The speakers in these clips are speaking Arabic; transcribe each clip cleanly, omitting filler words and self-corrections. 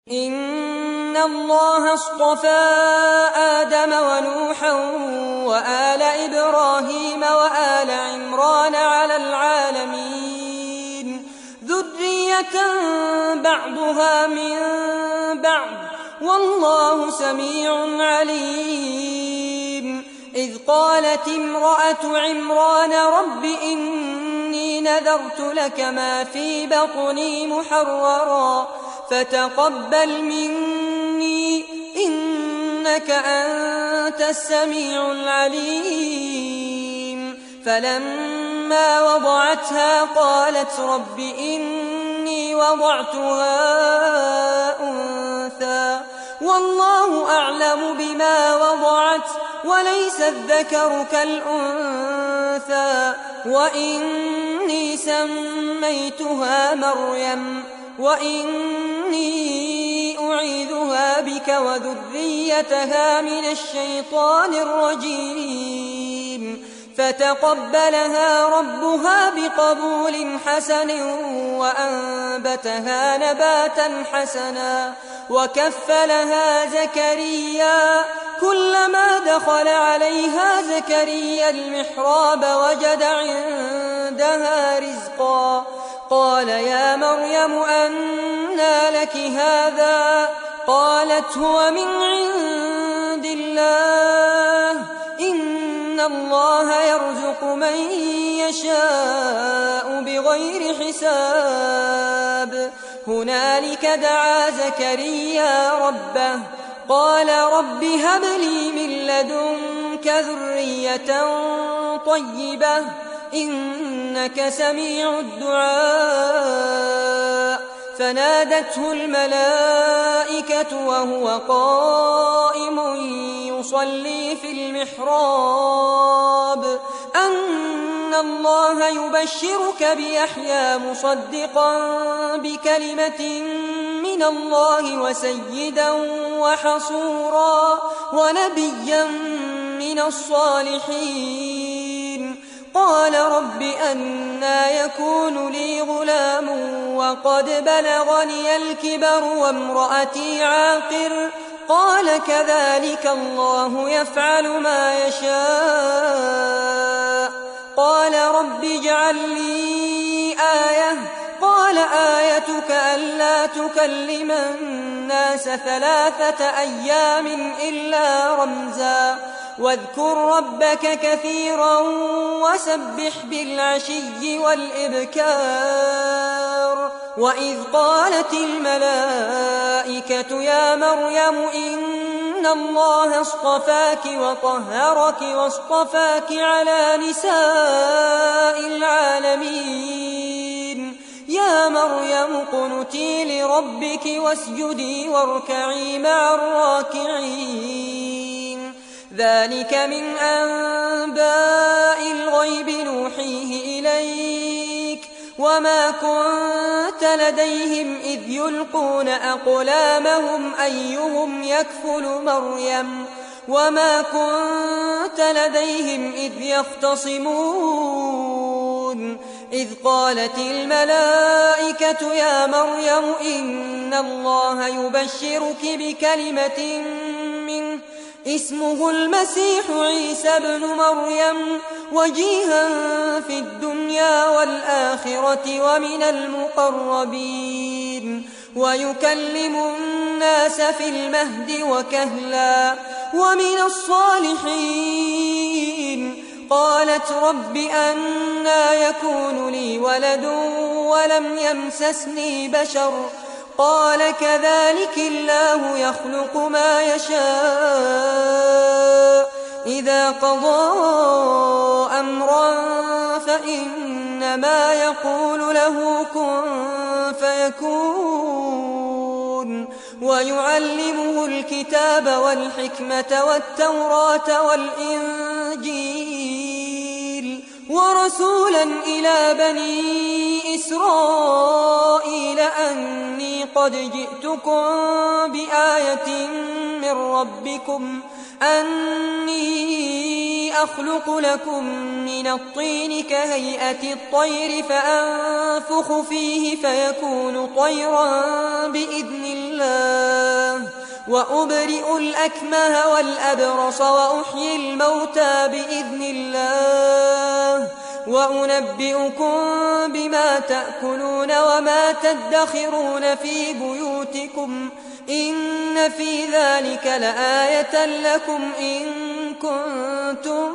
إن الله اصطفى آدم ونوحا وآل إبراهيم وآل عمران على العالمين ذرية بعضها من بعض والله سميع عليم. إذ قالت امرأة عمران رب إني نذرت لك ما في بطني محررا فتقبل مني إنك أنت السميع العليم. فلما وضعتها قالت رب إني وضعتها أنثى والله أعلم بما وضعت وليس الذكر كالأنثى وإني سميتها مريم وإني أعيذها بك وذريتها من الشيطان الرجيم. فتقبلها ربها بقبول حسن وأنبتها نباتا حسنا وكفلها زكريا كلما دخل عليها زكريا المحراب وجد عندها رزقا قال يا مريم أنى لك هذا قالت هو من عند الله إن الله يرزق من يشاء بغير حساب. هنالك دعا زكريا ربه قال رب هب لي من لدنك ذرية طيبة إنك سميع الدعاء. فنادته الملائكة وهو قائم يصلي في المحراب أن الله يبشرك بيحيى مصدقا بكلمة من الله وسيدا وحصورا ونبيا من الصالحين. قال رب أنى يكون لي غلام وقد بلغني الكبر وامرأتي عاقر قال كذلك الله يفعل ما يشاء. قال رب اجعل لي آية قال آيتك ألا تكلم الناس 3 أيام إلا رمزا واذكر ربك كثيرا وسبح بالعشي والإبكار. وإذ قالت الملائكة يا مريم إن الله اصطفاك وطهرك واصطفاك على نساء العالمين يا مريم اقنتي لربك واسجدي واركعي مع الراكعين. ذلك من أنباء الغيب نوحيه إليك وما كنت لديهم إذ يلقون أقلامهم أيهم يكفل مريم وما كنت لديهم إذ يختصمون. إذ قالت الملائكة يا مريم إن الله يبشرك بكلمة منه اسمه المسيح عيسى ابن مريم وجيها في الدنيا والآخرة ومن المقربين ويكلم الناس في المهد وكهلا ومن الصالحين. قالت رب أنى يكون لي ولد ولم يمسسني بشر قال كذلك الله يخلق ما يشاء إذا قضى أمرا فإنما يقول له كن فيكون. ويعلمه الكتاب والحكمة والتوراة والإنجيل ورسولا إلى بني إسرائيل أني قد جئتكم بآية من ربكم أني أخلق لكم من الطين كهيئة الطير فأنفخ فيه فيكون طيرا بإذن الله وأبرئ الأكمه والأبرص وأحيي الموتى بإذن الله وأنبئكم بما تأكلون وما تدخرون في بيوتكم إن في ذلك لآية لكم إن كنتم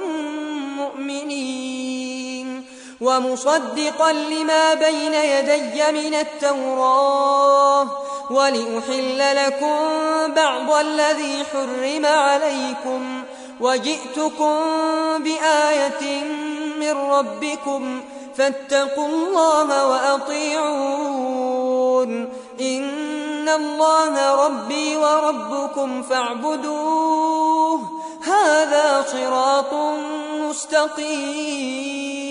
مؤمنين ومصدقا لما بين يدي من التوراة ولأحل لكم بعض الذي حرم عليكم وجئتكم بآية من ربكم فاتقوا الله وأطيعون إن الله ربي وربكم فاعبدوه هذا صراط مستقيم